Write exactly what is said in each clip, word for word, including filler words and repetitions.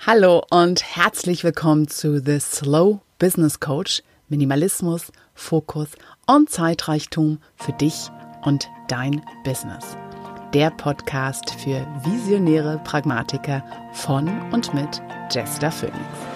Hallo und herzlich willkommen zu The Slow Business Coach. Minimalismus, Fokus und Zeitreichtum für dich und dein Business. Der Podcast für visionäre Pragmatiker von und mit Jester Phoenix.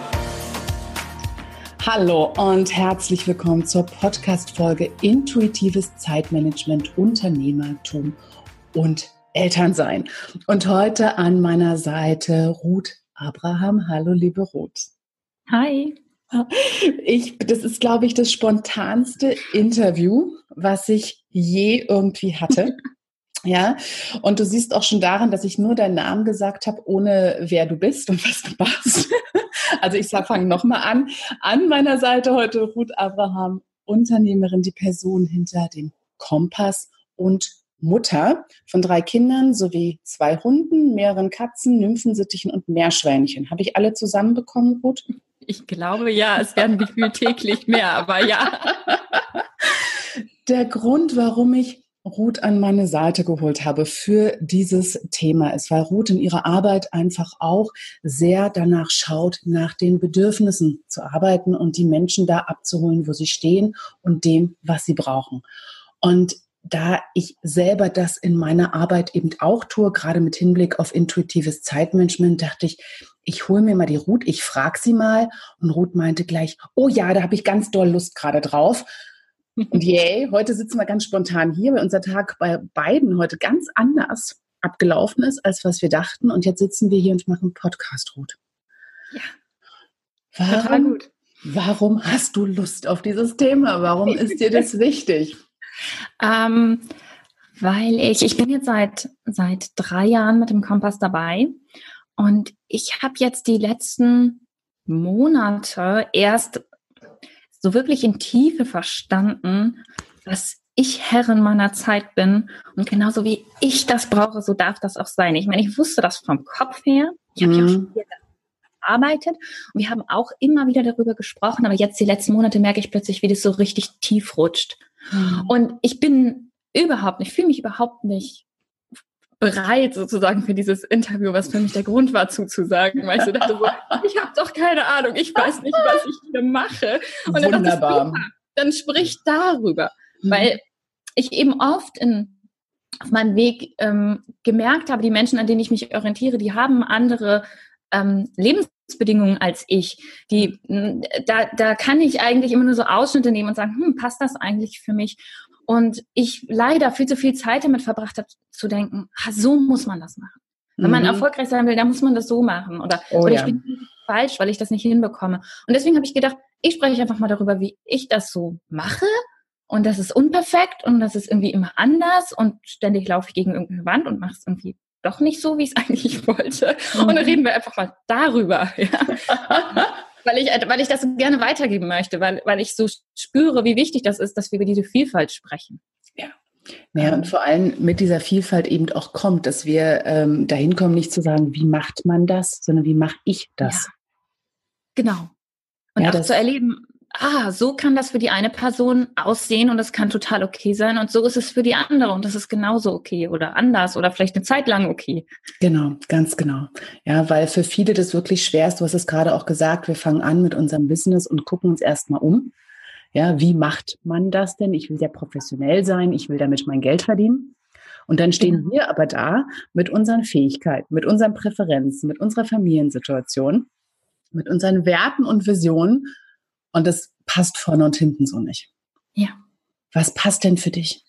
Hallo und herzlich willkommen zur Podcast-Folge Intuitives Zeitmanagement, Unternehmertum und Elternsein. Und heute an meiner Seite Ruth Abraham. Hallo, liebe Ruth. Hi. Ich, das ist, glaube ich, das spontanste Interview, was ich je irgendwie hatte. Ja, und du siehst auch schon daran, dass ich nur deinen Namen gesagt habe, ohne wer du bist und was du machst. Also ich fange nochmal an. An meiner Seite heute Ruth Abraham, Unternehmerin, die Person hinter dem Kompass und Mutter von drei Kindern sowie zwei Hunden, mehreren Katzen, Nymphensittichen und Meerschweinchen. Habe ich alle zusammenbekommen, Ruth? Ich glaube ja, es werden gefühlt täglich mehr, aber ja. Der Grund, warum ich Ruth an meine Seite geholt habe für dieses Thema ist, weil Ruth in ihrer Arbeit einfach auch sehr danach schaut, nach den Bedürfnissen zu arbeiten und die Menschen da abzuholen, wo sie stehen und dem, was sie brauchen. Und da ich selber das in meiner Arbeit eben auch tue, gerade mit Hinblick auf intuitives Zeitmanagement, dachte ich, ich hole mir mal die Ruth, ich frage sie mal. Und Ruth meinte gleich, oh ja, da habe ich ganz doll Lust gerade drauf. Und yay, heute sitzen wir ganz spontan hier, weil unser Tag bei beiden heute ganz anders abgelaufen ist, als was wir dachten. Und jetzt sitzen wir hier und machen Podcast, Ruth. Ja, warum, total gut. Warum hast du Lust auf dieses Thema? Warum ist dir das wichtig? Ähm, weil ich, ich bin jetzt seit, seit drei Jahren mit dem Kompass dabei und ich habe jetzt die letzten Monate erst so wirklich in Tiefe verstanden, dass ich Herrin meiner Zeit bin und genauso wie ich das brauche, so darf das auch sein. Ich meine, ich wusste das vom Kopf her, ich habe mhm. ja auch schon viel gearbeitet und wir haben auch immer wieder darüber gesprochen, aber jetzt die letzten Monate merke ich plötzlich, wie das so richtig tief rutscht. Mhm. Und ich bin überhaupt nicht, fühle mich überhaupt nicht bereit sozusagen für dieses Interview, was für mich der Grund war zuzusagen, weil ich so dachte, so, ich habe doch keine Ahnung, ich weiß nicht, was ich hier mache. Und dann Wunderbar. Dachte ich, dann sprich darüber, mhm. weil ich eben oft in, auf meinem Weg ähm, gemerkt habe, die Menschen, an denen ich mich orientiere, die haben andere ähm, Lebensbedingungen als ich. Die, da, da kann ich eigentlich immer nur so Ausschnitte nehmen und sagen, hm, passt das eigentlich für mich? Und ich leider viel zu viel Zeit damit verbracht habe, zu denken, ah, so muss man das machen. Wenn man mhm. erfolgreich sein will, dann muss man das so machen. Oder, oh, oder ja. ich bin falsch, weil ich das nicht hinbekomme. Und deswegen habe ich gedacht, ich spreche einfach mal darüber, wie ich das so mache. Und das ist unperfekt und das ist irgendwie immer anders. Und ständig laufe ich gegen irgendeine Wand und mache es irgendwie doch nicht so, wie ich es eigentlich wollte. Mhm. Und dann reden wir einfach mal darüber. Ja. Weil ich, weil ich das gerne weitergeben möchte, weil, weil ich so spüre, wie wichtig das ist, dass wir über diese Vielfalt sprechen. Ja. Ja, und vor allem mit dieser Vielfalt eben auch kommt, dass wir ähm, dahin kommen, nicht zu sagen, wie macht man das, sondern wie mache ich das? Ja. Genau. Und ja, auch zu erleben, ah, so kann das für die eine Person aussehen und das kann total okay sein und so ist es für die andere und das ist genauso okay oder anders oder vielleicht eine Zeit lang okay. Genau, ganz genau. Ja, weil für viele das wirklich schwer ist, du hast es gerade auch gesagt, wir fangen an mit unserem Business und gucken uns erstmal um. Ja, wie macht man das denn? Ich will ja professionell sein, ich will damit mein Geld verdienen. Und dann stehen genau. wir aber da mit unseren Fähigkeiten, mit unseren Präferenzen, mit unserer Familiensituation, mit unseren Werten und Visionen. Und das passt vorne und hinten so nicht. Ja. Was passt denn für dich?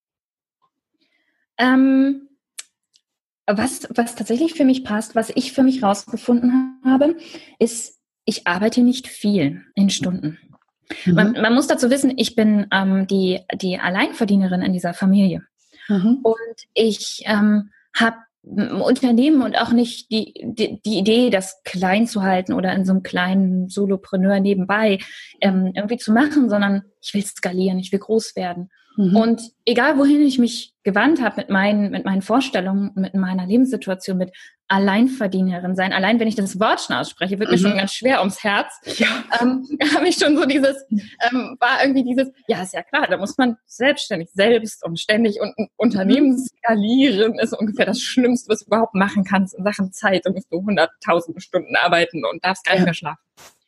Ähm, was, was tatsächlich für mich passt, was ich für mich rausgefunden habe, ist, ich arbeite nicht viel in Stunden. Mhm. Man, man muss dazu wissen, ich bin ähm, die, die Alleinverdienerin in dieser Familie. Mhm. Und ich ähm, habe ein Unternehmen und auch nicht die, die, die Idee, das klein zu halten oder in so einem kleinen Solopreneur nebenbei ähm, irgendwie zu machen, sondern ich will skalieren, ich will groß werden. Mhm. Und egal, wohin ich mich gewandt habe mit meinen, mit meinen Vorstellungen, mit meiner Lebenssituation, mit Alleinverdienerin sein, allein wenn ich das Wort schon ausspreche, wird mhm. mir schon ganz schwer ums Herz, ja. ähm, habe ich schon so dieses, ähm, war irgendwie dieses, ja, ist ja klar, da muss man selbstständig, selbst und ständig und ein Unternehmen skalieren, ist ungefähr das Schlimmste, was du überhaupt machen kannst in Sachen Zeit. Da musst du hunderttausende Stunden arbeiten und darfst gar nicht ja. mehr schlafen.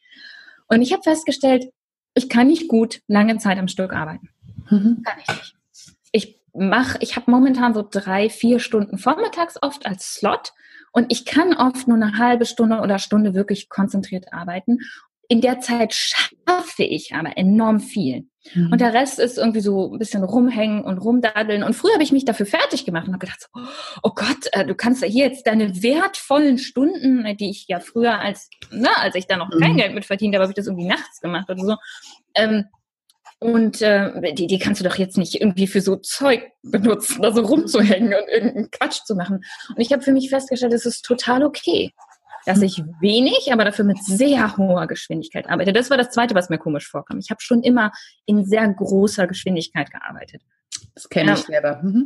Und ich habe festgestellt, ich kann nicht gut lange Zeit am Stück arbeiten. Mhm. Kann ich nicht. Ich mache, ich habe momentan so drei, vier Stunden vormittags oft als Slot und ich kann oft nur eine halbe Stunde oder Stunde wirklich konzentriert arbeiten. In der Zeit schaffe ich aber enorm viel. Mhm. Und der Rest ist irgendwie so ein bisschen rumhängen und rumdaddeln. Und früher habe ich mich dafür fertig gemacht und habe gedacht, so, oh Gott, äh, du kannst ja hier jetzt deine wertvollen Stunden, die ich ja früher als, na, als ich da noch kein mhm. Geld mit verdient habe, habe ich das irgendwie nachts gemacht oder so. Ähm, Und äh, die, die kannst du doch jetzt nicht irgendwie für so Zeug benutzen, da so rumzuhängen und irgendeinen Quatsch zu machen. Und ich habe für mich festgestellt, es ist total okay, dass ich wenig, aber dafür mit sehr hoher Geschwindigkeit arbeite. Das war das Zweite, was mir komisch vorkam. Ich habe schon immer in sehr großer Geschwindigkeit gearbeitet. Das kenne ich ja. selber. Mhm.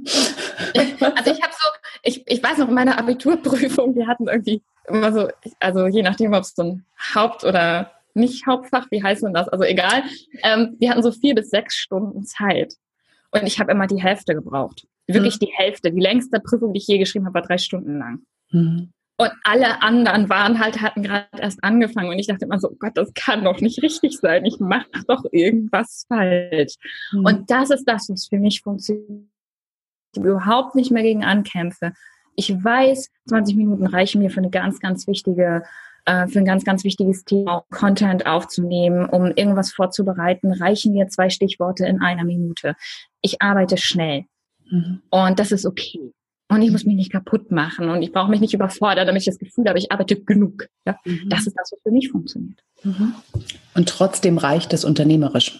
Also ich habe so, ich, ich weiß noch, in meiner Abiturprüfung, wir hatten irgendwie immer so, also je nachdem, ob es so ein Haupt- oder nicht Hauptfach, wie heißt denn das? Also egal. Ähm, wir hatten so vier bis sechs Stunden Zeit. Und ich habe immer die Hälfte gebraucht. Wirklich mhm. die Hälfte. Die längste Prüfung, die ich je geschrieben habe, war drei Stunden lang. Mhm. Und alle anderen waren halt, hatten gerade erst angefangen. Und ich dachte immer so, oh Gott, das kann doch nicht richtig sein. Ich mache doch irgendwas falsch. Mhm. Und das ist das, was für mich funktioniert. Ich überhaupt nicht mehr gegen ankämpfe. Ich weiß, zwanzig Minuten reichen mir für eine ganz, ganz wichtige für ein ganz, ganz wichtiges Thema, Content aufzunehmen, um irgendwas vorzubereiten, reichen mir zwei Stichworte in einer Minute. Ich arbeite schnell. Mhm. Und das ist okay. Und ich muss mich nicht kaputt machen und ich brauche mich nicht überfordern, damit ich das Gefühl habe, ich arbeite genug. Ja? Mhm. Das ist das, was für mich funktioniert. Mhm. Und trotzdem reicht es unternehmerisch?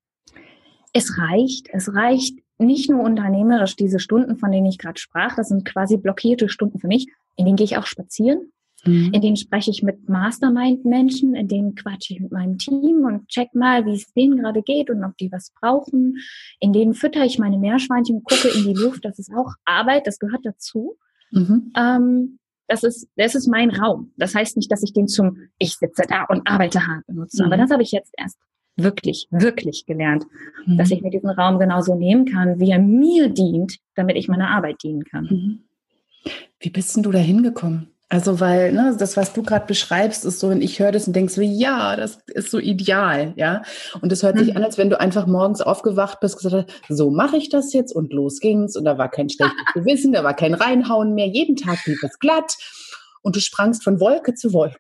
Es reicht. Es reicht nicht nur unternehmerisch, diese Stunden, von denen ich gerade sprach, das sind quasi blockierte Stunden für mich, in denen gehe ich auch spazieren. Mhm. In denen spreche ich mit Mastermind-Menschen, in denen quatsche ich mit meinem Team und check mal, wie es denen gerade geht und ob die was brauchen. In denen fütter ich meine Meerschweinchen und gucke in die Luft. Das ist auch Arbeit, das gehört dazu. Mhm. Ähm, das ist, das ist mein Raum. Das heißt nicht, dass ich den zum Ich sitze da und arbeite hart benutze. Mhm. Aber das habe ich jetzt erst wirklich, wirklich gelernt, mhm. dass ich mir diesen Raum genauso nehmen kann, wie er mir dient, damit ich meiner Arbeit dienen kann. Mhm. Wie bist denn du da hingekommen? Also, weil, ne, das, was du gerade beschreibst, ist so, und ich höre das und denke so, ja, das ist so ideal, ja. Und es hört mhm. sich an, als wenn du einfach morgens aufgewacht bist, gesagt hast, so mache ich das jetzt und los ging's. Und da war kein schlechtes Gewissen, da war kein Reinhauen mehr. Jeden Tag lief es glatt und du sprangst von Wolke zu Wolke.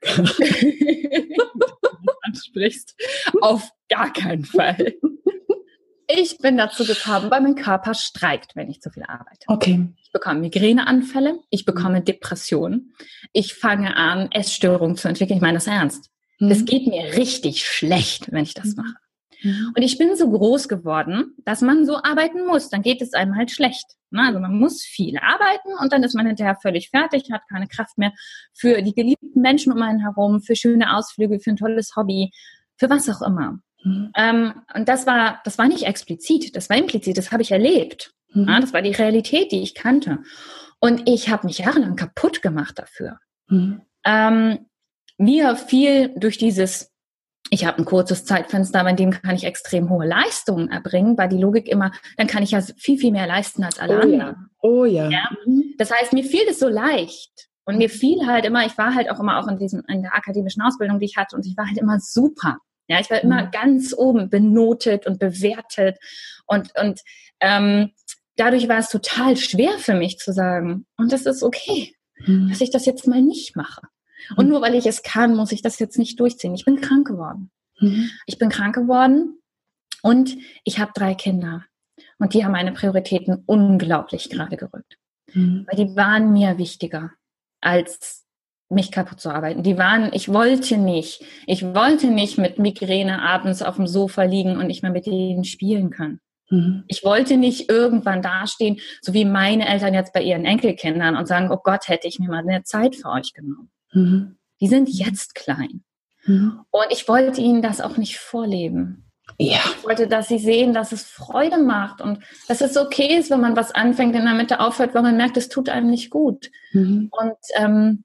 Du ansprichst, auf gar keinen Fall. Ich bin dazu gekommen, weil mein Körper streikt, wenn ich zu viel arbeite. Okay. Ich bekomme Migräneanfälle, ich bekomme Depressionen, ich fange an, Essstörungen zu entwickeln. Ich meine das ernst. Mhm. Es geht mir richtig schlecht, wenn ich das mache. Mhm. Und ich bin so groß geworden, dass man so arbeiten muss. Dann geht es einem halt schlecht. Also man muss viel arbeiten und dann ist man hinterher völlig fertig, hat keine Kraft mehr für die geliebten Menschen um einen herum, für schöne Ausflüge, für ein tolles Hobby, für was auch immer. Mhm. Ähm, und das war, das war nicht explizit, das war implizit, das habe ich erlebt. Mhm. Ja, das war die Realität, die ich kannte. Und ich habe mich jahrelang kaputt gemacht dafür. Mhm. Ähm, mir fiel durch dieses, ich habe ein kurzes Zeitfenster, aber in dem kann ich extrem hohe Leistungen erbringen, war die Logik immer, dann kann ich ja viel, viel mehr leisten als alle oh anderen. Ja. Oh ja. ja. Das heißt, mir fiel das so leicht. Und mir fiel halt immer, ich war halt auch immer auch in diesem, in der akademischen Ausbildung, die ich hatte, und ich war halt immer super. Ja, ich war immer mhm. ganz oben benotet und bewertet und, und ähm, dadurch war es total schwer für mich zu sagen, und das ist okay, mhm. dass ich das jetzt mal nicht mache. Und mhm. nur weil ich es kann, muss ich das jetzt nicht durchziehen. Ich bin krank geworden. Mhm. Ich bin krank geworden und ich habe drei Kinder. Und die haben meine Prioritäten unglaublich gerade gerückt. Mhm. Weil die waren mir wichtiger als mich kaputt zu arbeiten. Die waren, ich wollte nicht, ich wollte nicht mit Migräne abends auf dem Sofa liegen und nicht mehr mit denen spielen können. Mhm. Ich wollte nicht irgendwann dastehen, so wie meine Eltern jetzt bei ihren Enkelkindern und sagen, oh Gott, hätte ich mir mal eine Zeit für euch genommen. Mhm. Die sind jetzt klein. Mhm. Und ich wollte ihnen das auch nicht vorleben. Ja. Ich wollte, dass sie sehen, dass es Freude macht und dass es okay ist, wenn man was anfängt, in der Mitte aufhört, weil man merkt, es tut einem nicht gut. Mhm. Und ähm,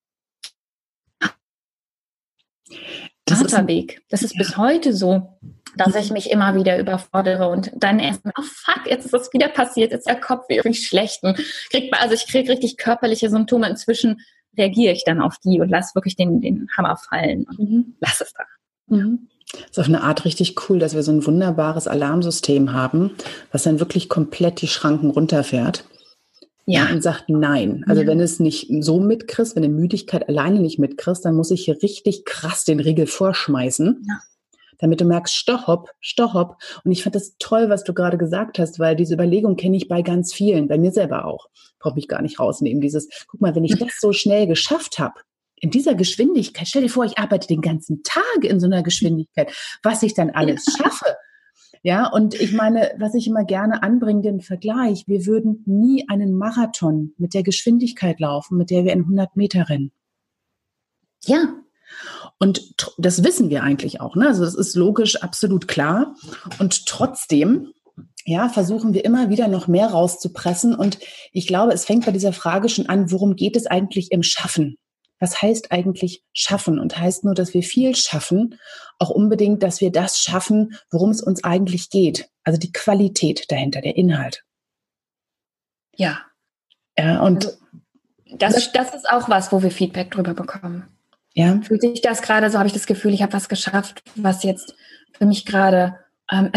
das ist ein Weg. Das ist ja. bis heute so, dass ich mich immer wieder überfordere und dann erst mal, oh fuck, jetzt ist das wieder passiert, jetzt ist der Kopf irgendwie schlecht. Und krieg, also ich kriege richtig körperliche Symptome. Inzwischen reagiere ich dann auf die und lasse wirklich den, den Hammer fallen und mhm. lass es da. Mhm. Das ist auf eine Art richtig cool, dass wir so ein wunderbares Alarmsystem haben, was dann wirklich komplett die Schranken runterfährt. Ja. ja und sagt nein. Also ja. wenn es nicht so mitkriegst, wenn du Müdigkeit alleine nicht mitkriegst, dann muss ich hier richtig krass den Riegel vorschmeißen, ja. damit du merkst, stopp, stopp. Und ich fand das toll, was du gerade gesagt hast, weil diese Überlegung kenne ich bei ganz vielen, bei mir selber auch. Brauche mich gar nicht rausnehmen. Dieses, guck mal, wenn ich das so schnell geschafft habe, in dieser Geschwindigkeit, stell dir vor, ich arbeite den ganzen Tag in so einer Geschwindigkeit, was ich dann alles schaffe. Ja, und ich meine, was ich immer gerne anbringe, den Vergleich, wir würden nie einen Marathon mit der Geschwindigkeit laufen, mit der wir in hundert Meter rennen. Ja. Und das wissen wir eigentlich auch, ne? Also das ist logisch absolut klar. Und trotzdem, ja, versuchen wir immer wieder noch mehr rauszupressen. Und ich glaube, es fängt bei dieser Frage schon an, worum geht es eigentlich im Schaffen? Was heißt eigentlich schaffen? Und heißt nur, dass wir viel schaffen, auch unbedingt, dass wir das schaffen, worum es uns eigentlich geht. Also die Qualität dahinter, der Inhalt. Ja. Ja, und also, das, das ist auch was, wo wir Feedback drüber bekommen. Ja. Fühlt sich das gerade so, habe ich das Gefühl, ich habe was geschafft, was jetzt für mich gerade ähm,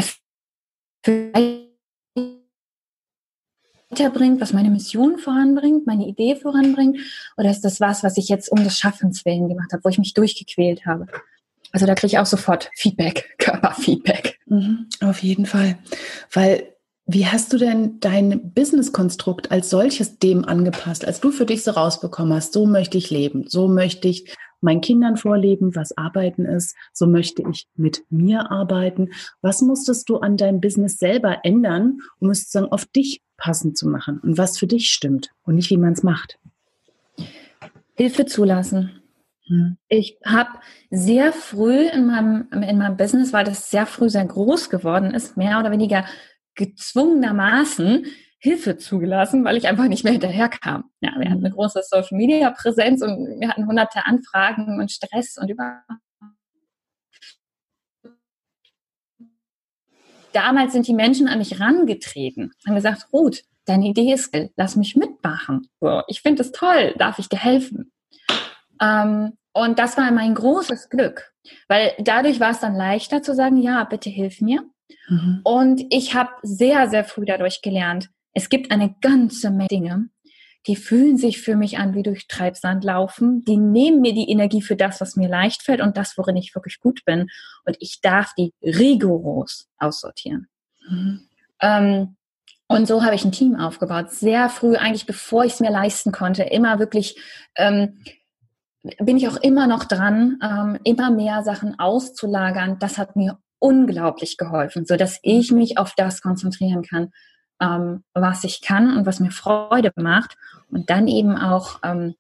weiterbringt, was meine Mission voranbringt, meine Idee voranbringt? Oder ist das was, was ich jetzt um des Schaffens willen gemacht habe, wo ich mich durchgequält habe? Also da kriege ich auch sofort Feedback, Körperfeedback. Mhm, auf jeden Fall. Weil, wie hast du denn dein Business-Konstrukt als solches dem angepasst, als du für dich so rausbekommen hast, so möchte ich leben, so möchte ich meinen Kindern vorleben, was Arbeiten ist, so möchte ich mit mir arbeiten. Was musstest du an deinem Business selber ändern, um es sozusagen auf dich passend zu machen und was für dich stimmt und nicht, wie man es macht? Hilfe zulassen. Hm. Ich habe sehr früh in meinem, in meinem Business, weil das sehr früh sehr groß geworden ist, mehr oder weniger gezwungenermaßen Hilfe zugelassen, weil ich einfach nicht mehr hinterherkam. Ja, wir hatten eine große Social-Media-Präsenz und wir hatten hunderte Anfragen und Stress und über. Damals sind die Menschen an mich rangetreten und haben gesagt, Ruth, deine Idee ist, lass mich mitmachen. So, ich finde es toll, darf ich dir helfen? Ähm, und das war mein großes Glück, weil dadurch war es dann leichter zu sagen, ja, bitte hilf mir. Mhm. Und ich habe sehr, sehr früh dadurch gelernt, es gibt eine ganze Menge Dinge, die fühlen sich für mich an wie durch Treibsand laufen. Die nehmen mir die Energie für das, was mir leicht fällt und das, worin ich wirklich gut bin. Und ich darf die rigoros aussortieren. Mhm. Ähm, und so habe ich ein Team aufgebaut. Sehr früh, eigentlich bevor ich es mir leisten konnte, immer wirklich, ähm, bin ich auch immer noch dran, ähm, immer mehr Sachen auszulagern. Das hat mir unglaublich geholfen, sodass ich mich auf das konzentrieren kann, ähm, was ich kann und was mir Freude macht. Und dann eben auch ähm,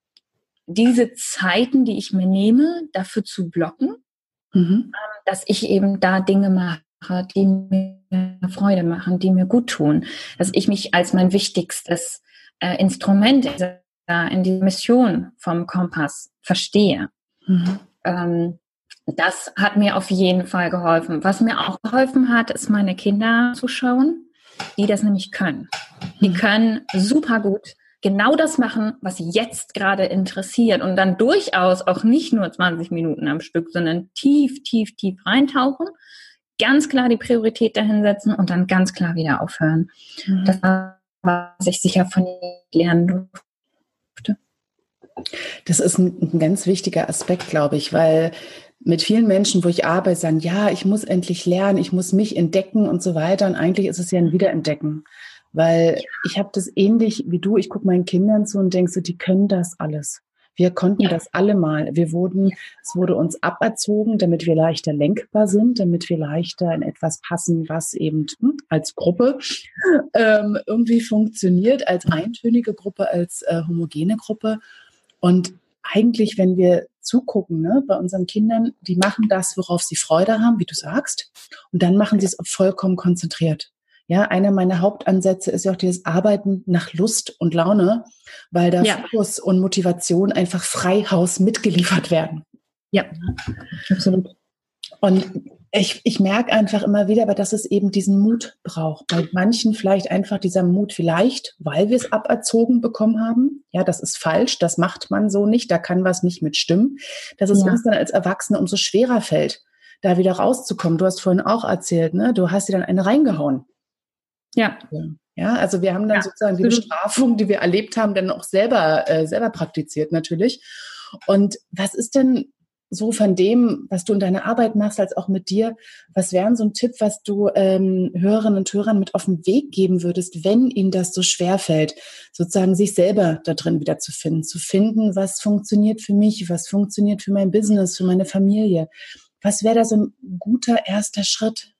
diese Zeiten, die ich mir nehme, dafür zu blocken, mhm. ähm, dass ich eben da Dinge mache, die mir Freude machen, die mir gut tun. Dass ich mich als mein wichtigstes äh, Instrument in dieser, in dieser Mission vom Kompass verstehe. Mhm. Ähm, das hat mir auf jeden Fall geholfen. Was mir auch geholfen hat, ist meine Kinder zu schauen, die das nämlich können. Die können super gut genau das machen, was sie jetzt gerade interessiert und dann durchaus auch nicht nur zwanzig Minuten am Stück, sondern tief, tief, tief reintauchen, ganz klar die Priorität dahin setzen und dann ganz klar wieder aufhören. Mhm. Das war, was ich sicher von ihnen lernen durfte. Das ist ein, ein ganz wichtiger Aspekt, glaube ich, weil mit vielen Menschen, wo ich arbeite, sagen, ja, ich muss endlich lernen, ich muss mich entdecken und so weiter. Und eigentlich ist es ja ein Wiederentdecken, weil ich habe das ähnlich wie du. Ich gucke meinen Kindern zu und denke so, die können das alles. Wir konnten ja. das alle mal. Wir wurden, es wurde uns aberzogen, damit wir leichter lenkbar sind, damit wir leichter in etwas passen, was eben hm, als Gruppe ähm, irgendwie funktioniert, als eintönige Gruppe, als äh, homogene Gruppe. Und eigentlich, wenn wir zugucken, ne, bei unseren Kindern, die machen das, worauf sie Freude haben, wie du sagst, und dann machen sie es vollkommen konzentriert. Ja, einer meiner Hauptansätze ist ja auch dieses Arbeiten nach Lust und Laune, weil da Ja. Fokus und Motivation einfach frei Haus mitgeliefert werden. Ja, absolut. Und ich, ich merke einfach immer wieder, aber dass es eben diesen Mut braucht. Bei manchen vielleicht einfach dieser Mut vielleicht, weil wir es aberzogen bekommen haben. Ja, das ist falsch, das macht man so nicht, da kann was nicht mit stimmen. Dass es Ja. uns dann als Erwachsene umso schwerer fällt, da wieder rauszukommen. Du hast vorhin auch erzählt, ne? Du hast dir dann eine reingehauen. Ja. Ja, also wir haben dann Ja, sozusagen die absolut. Bestrafung, die wir erlebt haben, dann auch selber, äh, selber praktiziert natürlich. Und was ist denn so von dem, was du in deiner Arbeit machst, als auch mit dir, was wäre so ein Tipp, was du ähm, Hörerinnen und Hörern mit auf den Weg geben würdest, wenn ihnen das so schwerfällt, sozusagen sich selber da drin wieder zu finden, zu finden, was funktioniert für mich, was funktioniert für mein Business, für meine Familie. Was wäre da so ein guter erster Schritt?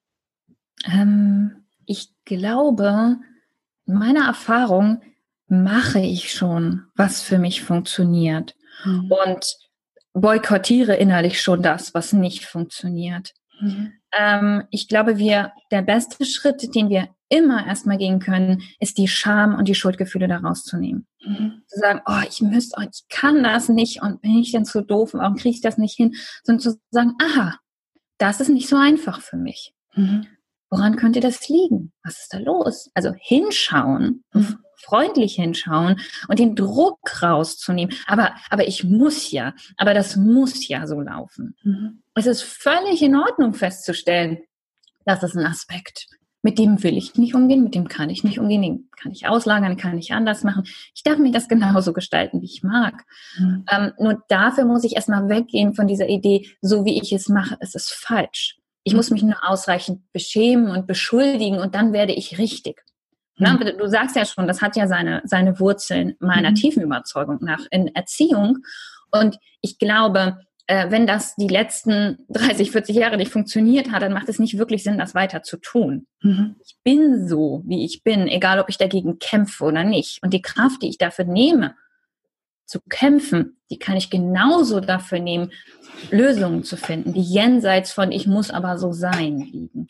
Ähm, ich glaube, in meiner Erfahrung mache ich schon, was für mich funktioniert. Mhm. Und boykottiere innerlich schon das, was nicht funktioniert. Mhm. Ähm, ich glaube, wir, der beste Schritt, den wir immer erstmal gehen können, ist die Scham und die Schuldgefühle da rauszunehmen. Mhm. Zu sagen, oh, ich müsste, oh, ich kann das nicht und bin ich denn so doof und warum kriege ich das nicht hin? Sondern zu sagen, aha, das ist nicht so einfach für mich. Mhm. Woran könnte das liegen? Was ist da los? Also hinschauen, Mhm. freundlich hinschauen und den Druck rauszunehmen. Aber, aber ich muss ja, aber das muss ja so laufen. Mhm. Es ist völlig in Ordnung festzustellen, das ist ein Aspekt, mit dem will ich nicht umgehen, mit dem kann ich nicht umgehen, den kann ich auslagern, kann ich anders machen. Ich darf mir das genauso gestalten, wie ich mag. Mhm. Ähm, nur dafür muss ich erstmal weggehen von dieser Idee, so wie ich es mache, ist es falsch. Ich muss mich nur ausreichend beschämen und beschuldigen und dann werde ich richtig. Na, du sagst ja schon, das hat ja seine, seine Wurzeln meiner Mhm. tiefen Überzeugung nach in Erziehung. Und ich glaube, äh, wenn das die letzten dreißig, vierzig Jahre nicht funktioniert hat, dann macht es nicht wirklich Sinn, das weiter zu tun. Mhm. Ich bin so, wie ich bin, egal ob ich dagegen kämpfe oder nicht. Und die Kraft, die ich dafür nehme, zu kämpfen, die kann ich genauso dafür nehmen, Lösungen zu finden, die jenseits von ich muss aber so sein liegen.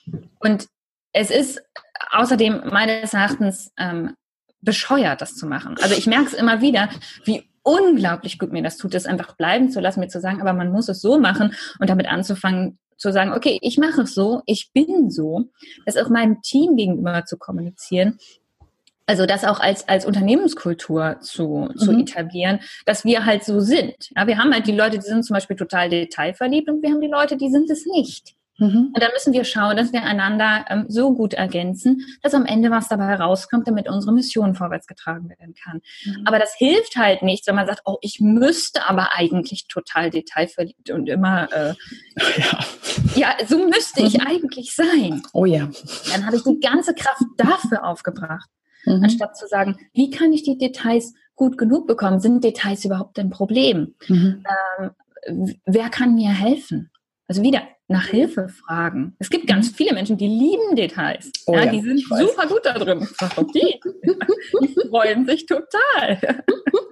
Und es ist außerdem meines Erachtens ähm, bescheuert, das zu machen. Also ich merke es immer wieder, wie unglaublich gut mir das tut, es einfach bleiben zu lassen, mir zu sagen, aber man muss es so machen und damit anzufangen zu sagen, okay, ich mache es so, ich bin so, das auch meinem Team gegenüber zu kommunizieren. Also das auch als, als Unternehmenskultur zu, zu Mhm. etablieren, dass wir halt so sind. Ja, wir haben halt die Leute, die sind zum Beispiel total detailverliebt und wir haben die Leute, die sind es nicht. Mhm. Und dann müssen wir schauen, dass wir einander ähm, so gut ergänzen, dass am Ende was dabei rauskommt, damit unsere Mission vorwärts getragen werden kann. Mhm. Aber das hilft halt nicht, wenn man sagt, oh, ich müsste aber eigentlich total detailverliebt und immer, äh, Ja. ja, so müsste ich Mhm. eigentlich sein. Oh ja. Dann habe ich die ganze Kraft dafür aufgebracht. Mhm. Anstatt zu sagen, wie kann ich die Details gut genug bekommen? Sind Details überhaupt ein Problem? Mhm. Ähm, wer kann mir helfen? Also wieder nach Hilfe fragen. Es gibt ganz viele Menschen, die lieben Details. Oh ja, ja, die sind ich weiß. super gut da drin. Ich sag, okay. Die freuen sich total.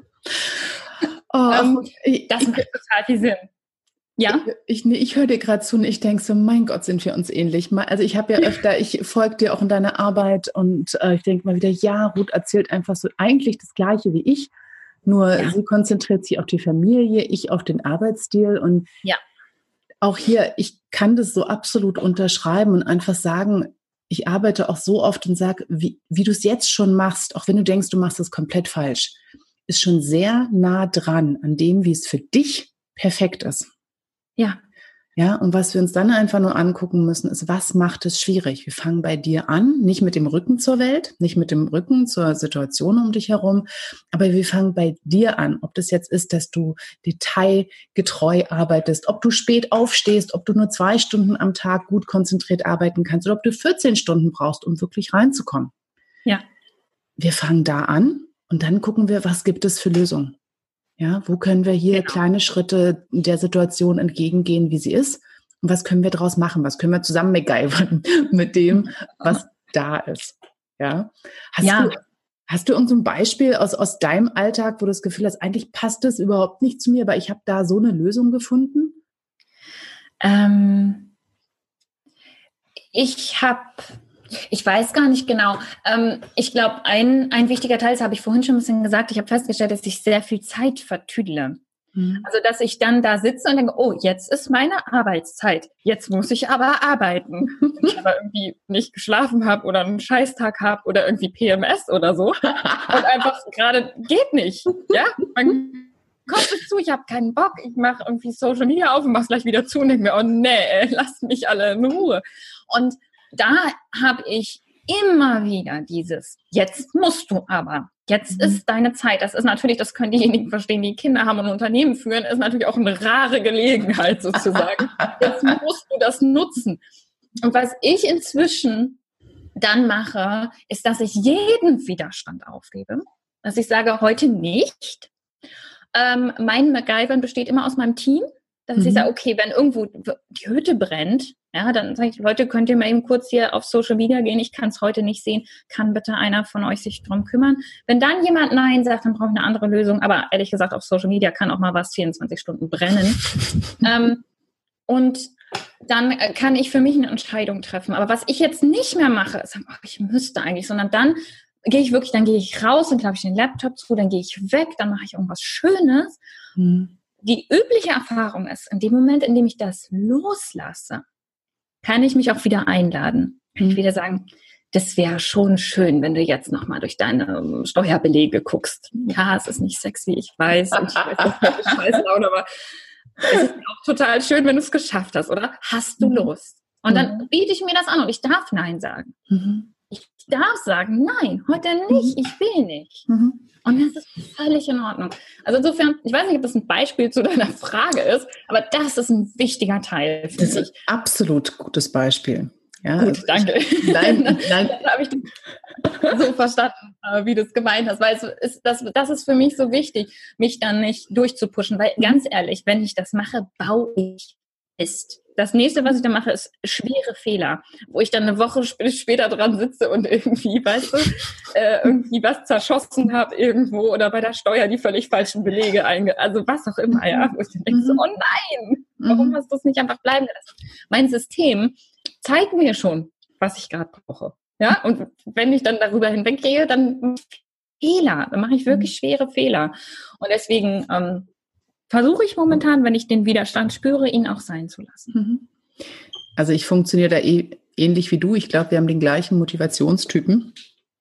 Oh, Ähm, ich, Das macht total viel Sinn. Ja? Ich, ich, ich höre dir gerade zu und ich denke so, mein Gott, sind wir uns ähnlich. Mal- Also ich habe ja öfter, ich folge dir auch in deiner Arbeit und äh, ich denke mal wieder, ja, Ruth erzählt einfach so eigentlich das Gleiche wie ich, nur Ja. sie konzentriert sich auf die Familie, ich auf den Arbeitsstil und Ja. auch hier, ich kann das so absolut unterschreiben und einfach sagen, ich arbeite auch so oft und sage, wie, wie du es jetzt schon machst, auch wenn du denkst, du machst es komplett falsch, ist schon sehr nah dran an dem, wie es für dich perfekt ist. Ja. Ja, und was wir uns dann einfach nur angucken müssen, ist, was macht es schwierig? Wir fangen bei dir an, nicht mit dem Rücken zur Welt, nicht mit dem Rücken zur Situation um dich herum, aber wir fangen bei dir an. Ob das jetzt ist, dass du detailgetreu arbeitest, ob du spät aufstehst, ob du nur zwei Stunden am Tag gut konzentriert arbeiten kannst oder ob du vierzehn Stunden brauchst, um wirklich reinzukommen. Ja. Wir fangen da an und dann gucken wir, was gibt es für Lösungen? Ja, wo können wir hier Genau. kleine Schritte der Situation entgegengehen, wie sie ist? Und was können wir daraus machen? Was können wir zusammen MacGyvern mit dem, was da ist? Ja. Hast Ja. du, Hast du irgendein Beispiel aus, aus deinem Alltag, wo du das Gefühl hast, eigentlich passt das überhaupt nicht zu mir, aber ich habe da so eine Lösung gefunden? Ähm, ich habe, ich weiß gar nicht genau. Ähm, ich glaube, ein, ein wichtiger Teil, das habe ich vorhin schon ein bisschen gesagt, ich habe festgestellt, dass ich sehr viel Zeit vertüdle. Mhm. Also, dass ich dann da sitze und denke, oh, jetzt ist meine Arbeitszeit. Jetzt muss ich aber arbeiten. Ich aber irgendwie nicht geschlafen habe oder einen Scheißtag habe oder irgendwie P M S oder so. Und einfach gerade geht nicht. Ja, man kommt es zu, ich habe keinen Bock. Ich mache irgendwie Social Media auf und mache es gleich wieder zu und denke mir, oh nee, lasst mich alle in Ruhe. Und da habe ich immer wieder dieses, jetzt musst du aber, jetzt mhm. ist deine Zeit. Das ist natürlich, das können diejenigen verstehen, die Kinder haben und Unternehmen führen, ist natürlich auch eine rare Gelegenheit sozusagen. Jetzt musst du das nutzen. Und was ich inzwischen dann mache, ist, dass ich jeden Widerstand aufgebe, dass ich sage, heute nicht. Ähm, mein MacGyvern besteht immer aus meinem Team. Dass mhm. ich sage, okay, wenn irgendwo die Hütte brennt, ja, dann sage ich, Leute, könnt ihr mal eben kurz hier auf Social Media gehen, ich kann es heute nicht sehen, kann bitte einer von euch sich drum kümmern. Wenn dann jemand Nein sagt, dann brauche ich eine andere Lösung, aber ehrlich gesagt, auf Social Media kann auch mal was vierundzwanzig Stunden brennen. ähm, und dann kann ich für mich eine Entscheidung treffen. Aber was ich jetzt nicht mehr mache, ist, oh, ich müsste eigentlich, sondern dann gehe ich wirklich, dann gehe ich raus, dann klappe ich den Laptop zu, dann gehe ich weg, dann mache ich irgendwas Schönes. Mhm. Die übliche Erfahrung ist, in dem Moment, in dem ich das loslasse, kann ich mich auch wieder einladen. Kann ich wieder sagen, das wäre schon schön, wenn du jetzt nochmal durch deine Steuerbelege guckst. Ja, es ist nicht sexy, ich weiß. Und ich weiß, das ist scheiße laut, aber es ist auch total schön, wenn du es geschafft hast, oder? Hast du Lust? Und dann biete ich mir das an und ich darf Nein sagen. Mhm. Ich darf sagen, nein, heute nicht, ich will nicht. Mhm. Und das ist völlig in Ordnung. Also insofern, ich weiß nicht, ob das ein Beispiel zu deiner Frage ist, aber das ist ein wichtiger Teil für mich. Das ist ein absolut gutes Beispiel. Ja, gut, also danke. Ich, nein, nein. Das habe ich so verstanden, wie du es gemeint hast, weil es ist, das, das ist für mich so wichtig, mich dann nicht durchzupushen, weil ganz ehrlich, wenn ich das mache, baue ich Mist. Das nächste, was ich dann mache, ist schwere Fehler, wo ich dann eine Woche sp- später dran sitze und irgendwie, weißt du, äh, irgendwie was zerschossen habe irgendwo oder bei der Steuer die völlig falschen Belege einge... Also was auch immer, ja. Wo ich dann denke so, oh nein, warum hast du es nicht einfach bleiben gelassen? Mein System zeigt mir schon, was ich gerade brauche. Ja, und wenn ich dann darüber hinweggehe, dann Fehler, dann mache ich wirklich schwere Fehler. Und deswegen ähm, versuche ich momentan, wenn ich den Widerstand spüre, ihn auch sein zu lassen. Also ich funktioniere da eh ähnlich wie du. Ich glaube, wir haben den gleichen Motivationstypen.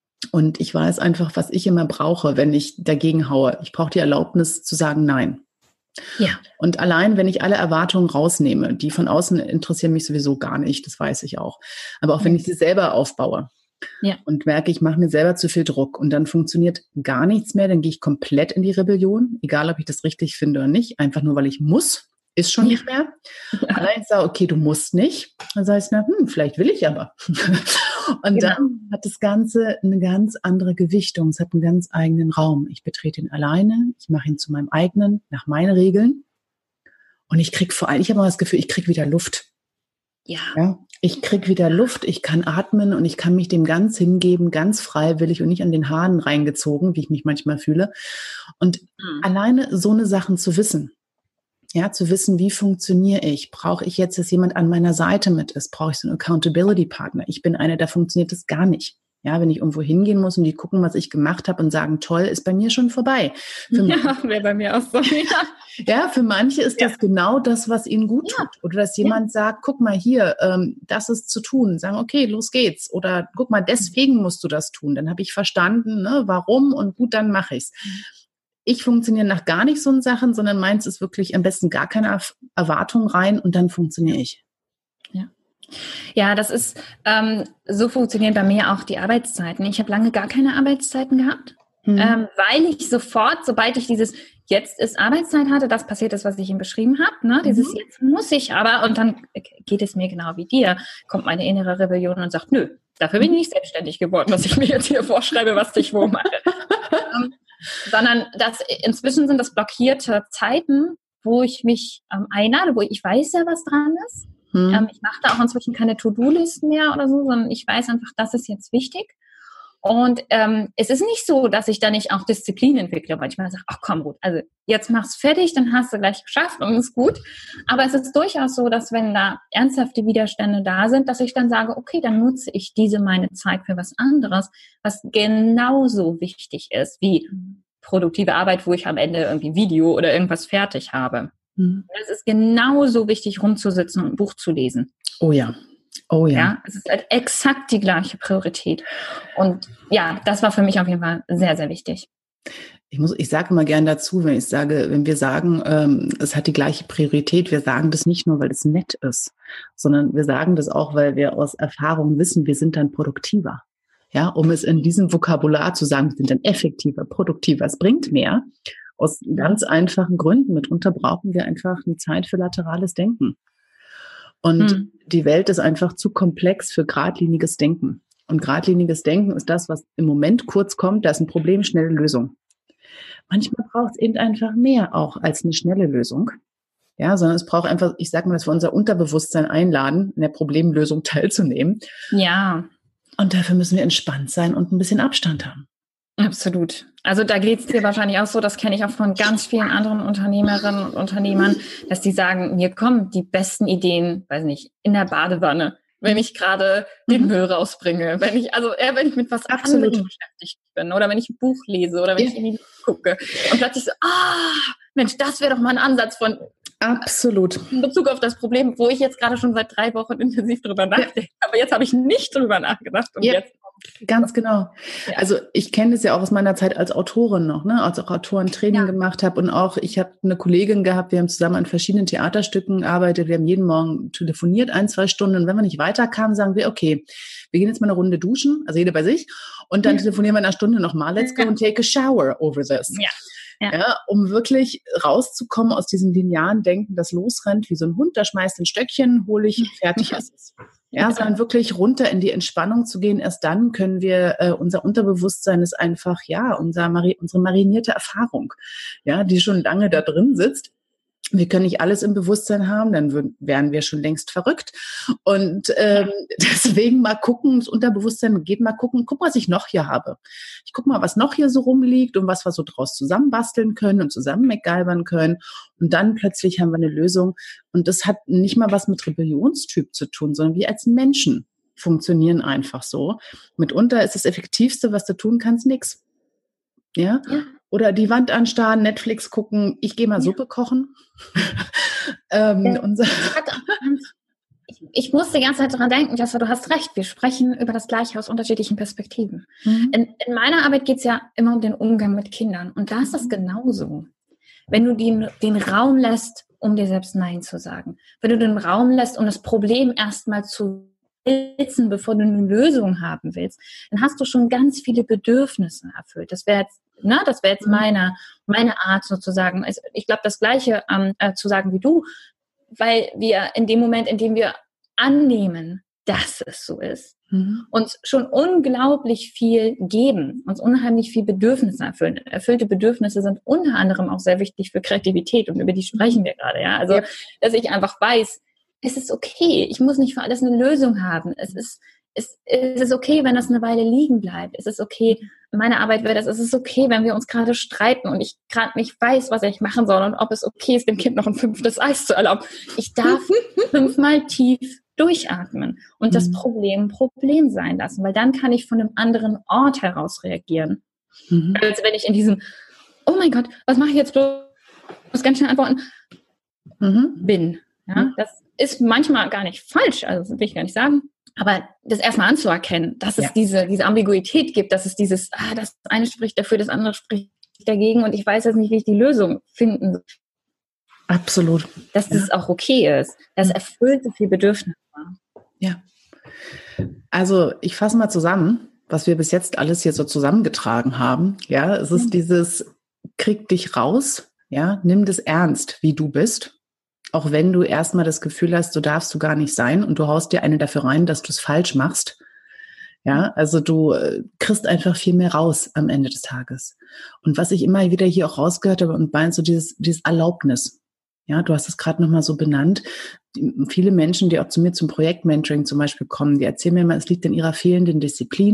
Und ich weiß einfach, was ich immer brauche, wenn ich dagegen haue. Ich brauche die Erlaubnis zu sagen Nein. Ja. Und allein, wenn ich alle Erwartungen rausnehme, die von außen interessieren mich sowieso gar nicht, das weiß ich auch. Aber auch wenn ich sie selber aufbaue, ja, und merke, ich mache mir selber zu viel Druck und dann funktioniert gar nichts mehr, dann gehe ich komplett in die Rebellion, egal ob ich das richtig finde oder nicht, einfach nur, weil ich muss, ist schon ja. nicht mehr. Ja. Allein sage, okay, du musst nicht, dann sage ich, na, hm, vielleicht will ich aber. Und genau. Dann hat das Ganze eine ganz andere Gewichtung, es hat einen ganz eigenen Raum. Ich betrete ihn alleine, ich mache ihn zu meinem eigenen, nach meinen Regeln und ich kriege vor allem, ich habe mal das Gefühl, ich kriege wieder Luft. Ja. ja. Ich kriege wieder Luft, ich kann atmen und ich kann mich dem ganz hingeben, ganz freiwillig und nicht an den Haaren reingezogen, wie ich mich manchmal fühle. Und mhm. alleine so eine Sachen zu wissen, ja, zu wissen, wie funktioniere ich? Brauche ich jetzt, dass jemand an meiner Seite mit ist? Brauche ich so einen Accountability-Partner? Ich bin eine, da funktioniert das gar nicht. Ja, wenn ich irgendwo hingehen muss und die gucken, was ich gemacht habe und sagen, toll, ist bei mir schon vorbei. Für ja, wäre bei mir auch so. Ja, ja für manche ist ja. das genau das, was ihnen gut ja. tut. Oder dass jemand ja. sagt, guck mal hier, ähm, das ist zu tun. Sagen, okay, los geht's. Oder guck mal, deswegen musst du das tun. Dann habe ich verstanden, ne, warum und gut, dann mache ich's. Ich funktioniere nach gar nicht so Sachen, sondern meins ist wirklich am besten gar keine Erwartung rein und dann funktioniere ich. Ja. Ja, das ist, ähm, so funktionieren bei mir auch die Arbeitszeiten. Ich habe lange gar keine Arbeitszeiten gehabt, mhm. ähm, weil ich sofort, sobald ich dieses jetzt ist Arbeitszeit hatte, das passiert ist, was ich Ihnen beschrieben habe, ne? Dieses mhm. jetzt muss ich aber, und dann geht es mir genau wie dir, kommt meine innere Rebellion und sagt, nö, dafür bin ich nicht selbstständig geworden, dass ich mir jetzt hier vorschreibe, was ich wo mache. ähm, sondern das, inzwischen sind das blockierte Zeiten, wo ich mich ähm, einlade, wo ich weiß ja, was dran ist. Hm. Ähm, ich mache da auch inzwischen keine To-Do-Listen mehr oder so, sondern ich weiß einfach, das ist jetzt wichtig. Und ähm, es ist nicht so, dass ich da nicht auch Disziplin entwickle. Manchmal sage ich, ach komm, Ruth, also jetzt mach's fertig, dann hast du gleich geschafft und ist gut. Aber es ist durchaus so, dass wenn da ernsthafte Widerstände da sind, dass ich dann sage, okay, dann nutze ich diese meine Zeit für was anderes, was genauso wichtig ist wie produktive Arbeit, wo ich am Ende irgendwie Video oder irgendwas fertig habe. Mhm. Es ist genauso wichtig, rumzusitzen und ein Buch zu lesen. Oh ja. Oh ja. Ja, es ist halt exakt die gleiche Priorität. Und ja, das war für mich auf jeden Fall sehr, sehr wichtig. Ich muss, ich sage immer gern dazu, wenn ich sage, wenn wir sagen, ähm, es hat die gleiche Priorität, wir sagen das nicht nur, weil es nett ist, sondern wir sagen das auch, weil wir aus Erfahrung wissen, wir sind dann produktiver. Ja, um es in diesem Vokabular zu sagen, wir sind dann effektiver, produktiver. Es bringt mehr. Aus ganz einfachen Gründen. Mitunter brauchen wir einfach eine Zeit für laterales Denken. Und hm. die Welt ist einfach zu komplex für geradliniges Denken. Und geradliniges Denken ist das, was im Moment kurz kommt, da ist ein Problem, schnelle Lösung. Manchmal braucht es eben einfach mehr auch als eine schnelle Lösung. Ja, sondern es braucht einfach, ich sage mal, dass wir unser Unterbewusstsein einladen, in der Problemlösung teilzunehmen. Ja. Und dafür müssen wir entspannt sein und ein bisschen Abstand haben. Absolut. Also da geht es dir wahrscheinlich auch so, das kenne ich auch von ganz vielen anderen Unternehmerinnen und Unternehmern, dass die sagen, mir kommen die besten Ideen, weiß nicht, in der Badewanne, wenn ich gerade den Müll rausbringe, wenn ich, also eher wenn ich mit was Absolut. anderem beschäftigt bin oder wenn ich ein Buch lese oder wenn ja. ich irgendwie gucke und plötzlich so, ah, Mensch, das wäre doch mal ein Ansatz von Absolut. In Bezug auf das Problem, wo ich jetzt gerade schon seit drei Wochen intensiv drüber nachdenke. Ja. Aber jetzt habe ich nicht drüber nachgedacht. Und ja, jetzt ganz genau. Ja. Also ich kenne es ja auch aus meiner Zeit als Autorin noch, ne, als auch Autorentraining ja. gemacht habe. Und auch, ich habe eine Kollegin gehabt, wir haben zusammen an verschiedenen Theaterstücken gearbeitet. Wir haben jeden Morgen telefoniert, ein, zwei Stunden. Und wenn wir nicht weiterkamen, sagen wir, okay, wir gehen jetzt mal eine Runde duschen, also jeder bei sich. Und dann ja. telefonieren wir in einer Stunde nochmal. Let's go and take a shower over this. Ja. Ja. Ja, um wirklich rauszukommen aus diesem linearen Denken, das losrennt wie so ein Hund, da schmeißt ein Stöckchen, hole ich, fertig ist es. Ja, sondern wirklich runter in die Entspannung zu gehen. Erst dann können wir, äh, unser Unterbewusstsein ist einfach, ja, unser Mari- unsere marinierte Erfahrung, ja, die schon lange da drin sitzt. Wir können nicht alles im Bewusstsein haben, dann würden, wären wir schon längst verrückt. Und ähm, deswegen mal gucken, das Unterbewusstsein geht mal gucken, guck, was ich noch hier habe. Ich guck mal, was noch hier so rumliegt und was wir so draus zusammenbasteln können und zusammen MacGyvern können. Und dann plötzlich haben wir eine Lösung. Und das hat nicht mal was mit Rebellionstyp zu tun, sondern wir als Menschen funktionieren einfach so. Mitunter ist das Effektivste, was du tun kannst, nix. Ja? Ja. Oder die Wand anstarren, Netflix gucken, ich gehe mal ja. Suppe kochen. ähm, ja. unser ich, ich musste die ganze Zeit daran denken, Jasper, du hast recht, wir sprechen über das Gleiche aus unterschiedlichen Perspektiven. Mhm. In, in meiner Arbeit geht es ja immer um den Umgang mit Kindern und da ist das genauso. Wenn du den, den Raum lässt, um dir selbst Nein zu sagen, wenn du den Raum lässt, um das Problem erstmal zu wälzen, bevor du eine Lösung haben willst, dann hast du schon ganz viele Bedürfnisse erfüllt. Das wäre jetzt Na, das wäre jetzt meine, meine Art sozusagen. Ich glaube, das Gleiche ähm, äh, zu sagen wie du, weil wir in dem Moment, in dem wir annehmen, dass es so ist, mhm. uns schon unglaublich viel geben, uns unheimlich viel Bedürfnisse erfüllen. Erfüllte Bedürfnisse sind unter anderem auch sehr wichtig für Kreativität und über die sprechen wir gerade. Ja, also, ja. dass ich einfach weiß, es ist okay, ich muss nicht für alles eine Lösung haben. Es ist Es, es ist okay, wenn das eine Weile liegen bleibt. Es ist okay, meine Arbeit wäre das, es ist okay, wenn wir uns gerade streiten und ich gerade nicht weiß, was ich machen soll und ob es okay ist, dem Kind noch ein fünftes Eis zu erlauben. Ich darf fünfmal tief durchatmen und das Problem Problem sein lassen, weil dann kann ich von einem anderen Ort heraus reagieren. Mhm. Als wenn ich in diesem, oh mein Gott, was mache ich jetzt bloß? Ich muss ganz schnell antworten, mhm. bin. Ja, mhm. Das ist manchmal gar nicht falsch, also das will ich gar nicht sagen. Aber das erstmal anzuerkennen, dass es ja. diese, diese Ambiguität gibt, dass es dieses, ah, das eine spricht dafür, das andere spricht dagegen und ich weiß jetzt nicht, wie ich die Lösung finden soll. Absolut. Dass das ja. auch okay ist. Das erfüllt so viel Bedürfnisse. Ja. Also ich fasse mal zusammen, was wir bis jetzt alles hier so zusammengetragen haben. Ja, es ist mhm. dieses, krieg dich raus, ja, nimm das ernst, wie du bist. Auch wenn du erstmal das Gefühl hast, du darfst du gar nicht sein und du haust dir eine dafür rein, dass du es falsch machst. Ja, also du äh, kriegst einfach viel mehr raus am Ende des Tages. Und was ich immer wieder hier auch rausgehört habe und meinst so dieses, dieses Erlaubnis. Ja, du hast es gerade nochmal so benannt. Die, viele Menschen, die auch zu mir zum Projektmentoring zum Beispiel kommen, die erzählen mir immer, es liegt an ihrer fehlenden Disziplin.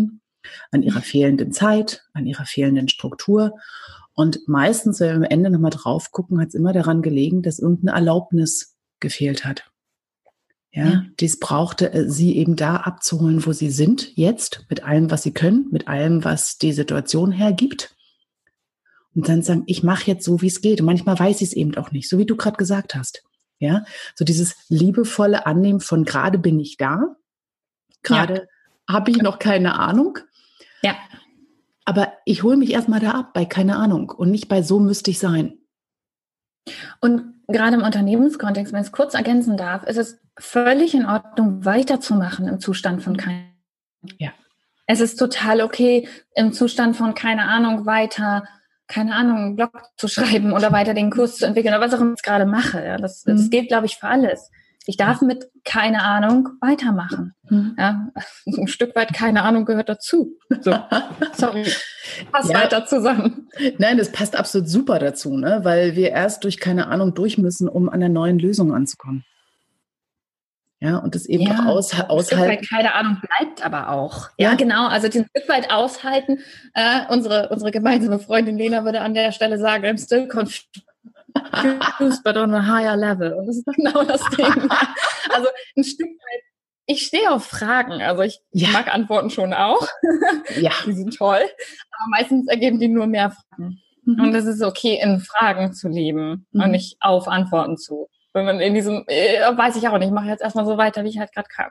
an ihrer fehlenden Zeit, an ihrer fehlenden Struktur. Und meistens, wenn wir am Ende nochmal drauf gucken, hat es immer daran gelegen, dass irgendeine Erlaubnis gefehlt hat. Ja, ja. Dies brauchte, sie eben da abzuholen, wo sie sind, jetzt, mit allem, was sie können, mit allem, was die Situation hergibt. Und dann sagen, ich mache jetzt so, wie es geht. Und manchmal weiß ich es eben auch nicht, so wie du gerade gesagt hast. Ja, so dieses liebevolle Annehmen von gerade bin ich da, gerade ja. habe ich noch keine Ahnung. Ja. Aber ich hole mich erstmal da ab bei keine Ahnung und nicht bei so müsste ich sein. Und gerade im Unternehmenskontext, wenn ich es kurz ergänzen darf, ist es völlig in Ordnung, weiterzumachen im Zustand von keine Ahnung. Ja. Es ist total okay, im Zustand von keine Ahnung weiter, keine Ahnung, einen Blog zu schreiben oder weiter den Kurs zu entwickeln oder was auch immer ich gerade mache. Ja, das, mhm. das gilt, glaube ich, für alles. Ich darf mit keine Ahnung weitermachen. Mhm. Ja, ein Stück weit keine Ahnung gehört dazu. So, sorry, passt ja. weiter zusammen. Nein, das passt absolut super dazu, ne? Weil wir erst durch keine Ahnung durch müssen, um an der neuen Lösung anzukommen. Ja, und das eben ja, auch aus, aushalten. Ein Stück weit keine Ahnung bleibt aber auch. Ja, ja genau, also ein Stück weit aushalten. Äh, unsere, unsere gemeinsame Freundin Lena würde an der Stelle sagen, I'm still confused. but on a higher level. Und das ist genau das Ding. Also ein Stück weit, ich stehe auf Fragen. Also ich ja. mag Antworten schon auch. Ja. Die sind toll. Aber meistens ergeben die nur mehr Fragen. Mhm. Und es ist okay, in Fragen zu leben mhm. und nicht auf Antworten zu. Wenn man in diesem, äh, weiß ich auch nicht, ich mache jetzt erstmal so weiter, wie ich halt gerade kann.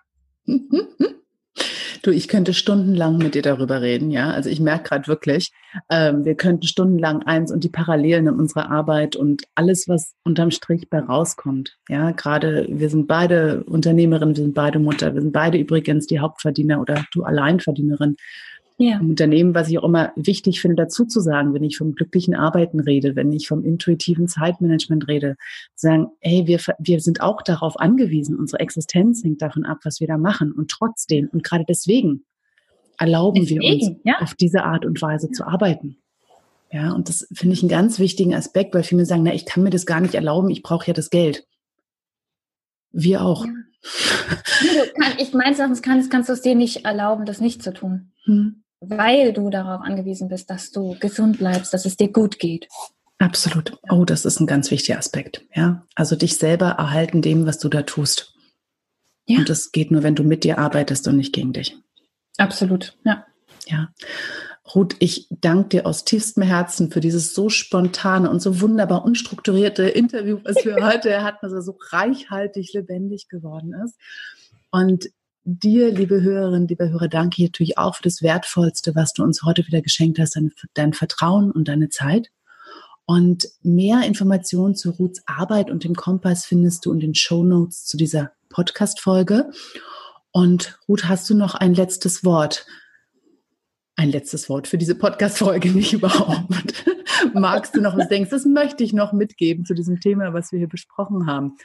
Du, ich könnte stundenlang mit dir darüber reden, ja. Also ich merke gerade wirklich, ähm, wir könnten stundenlang eins und die Parallelen in unserer Arbeit und alles, was unterm Strich bei rauskommt. Ja, gerade wir sind beide Unternehmerinnen, wir sind beide Mutter, wir sind beide übrigens die Hauptverdiener oder du Alleinverdienerin. Ja. Im Unternehmen, was ich auch immer wichtig finde, dazu zu sagen, wenn ich vom glücklichen Arbeiten rede, wenn ich vom intuitiven Zeitmanagement rede, sagen, hey, wir, wir sind auch darauf angewiesen, unsere Existenz hängt davon ab, was wir da machen. Und trotzdem, und gerade deswegen, erlauben deswegen, wir uns, ja. auf diese Art und Weise ja. zu arbeiten. Ja, und das finde ich einen ganz wichtigen Aspekt, weil viele sagen, na, ich kann mir das gar nicht erlauben, ich brauche ja das Geld. Wir auch. Ja. Ich meine, das kannst, kannst du es dir nicht erlauben, das nicht zu tun. Hm. Weil du darauf angewiesen bist, dass du gesund bleibst, dass es dir gut geht. Absolut. Oh, das ist ein ganz wichtiger Aspekt. Ja, also dich selber erhalten dem, was du da tust. Ja. Und das geht nur, wenn du mit dir arbeitest und nicht gegen dich. Absolut, ja. Ja. Ruth, ich danke dir aus tiefstem Herzen für dieses so spontane und so wunderbar unstrukturierte Interview, was wir heute hatten, also so reichhaltig lebendig geworden ist. Und dir, liebe Hörerinnen, liebe Hörer, danke natürlich auch für das Wertvollste, was du uns heute wieder geschenkt hast, dein, dein Vertrauen und deine Zeit. Und mehr Informationen zu Ruths Arbeit und dem Kompass findest du in den Shownotes zu dieser Podcast-Folge. Und Ruth, hast du noch ein letztes Wort? Ein letztes Wort für diese Podcast-Folge, nicht überhaupt. Magst du noch was denkst? Das möchte ich noch mitgeben zu diesem Thema, was wir hier besprochen haben.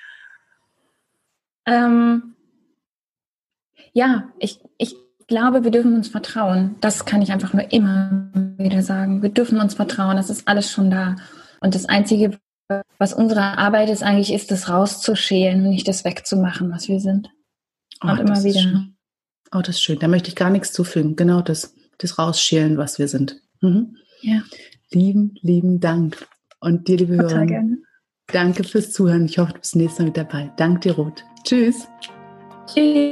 Ähm... Ja, ich, ich glaube, wir dürfen uns vertrauen. Das kann ich einfach nur immer wieder sagen. Wir dürfen uns vertrauen, das ist alles schon da. Und das Einzige, was unsere Arbeit ist, eigentlich ist, das rauszuschälen und nicht das wegzumachen, was wir sind. Und oh, immer wieder. Schön. Oh, das ist schön. Da möchte ich gar nichts zufügen. Genau das, das Rausschälen, was wir sind. Mhm. Ja. Lieben, lieben Dank. Und dir, liebe Total Hörer, gerne. Danke fürs Zuhören. Ich hoffe, du bist nächstes Mal mit dabei. Danke dir, Ruth. Tschüss. Tschüss.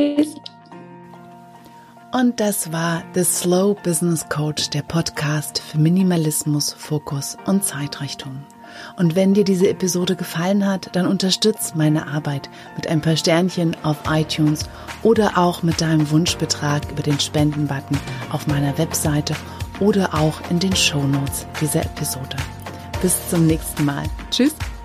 Und das war The Slow Business Coach, der Podcast für Minimalismus, Fokus und Zeitrichtung. Und wenn dir diese Episode gefallen hat, dann unterstütz meine Arbeit mit ein paar Sternchen auf iTunes oder auch mit deinem Wunschbetrag über den Spenden-Button auf meiner Webseite oder auch in den Shownotes dieser Episode. Bis zum nächsten Mal. Tschüss.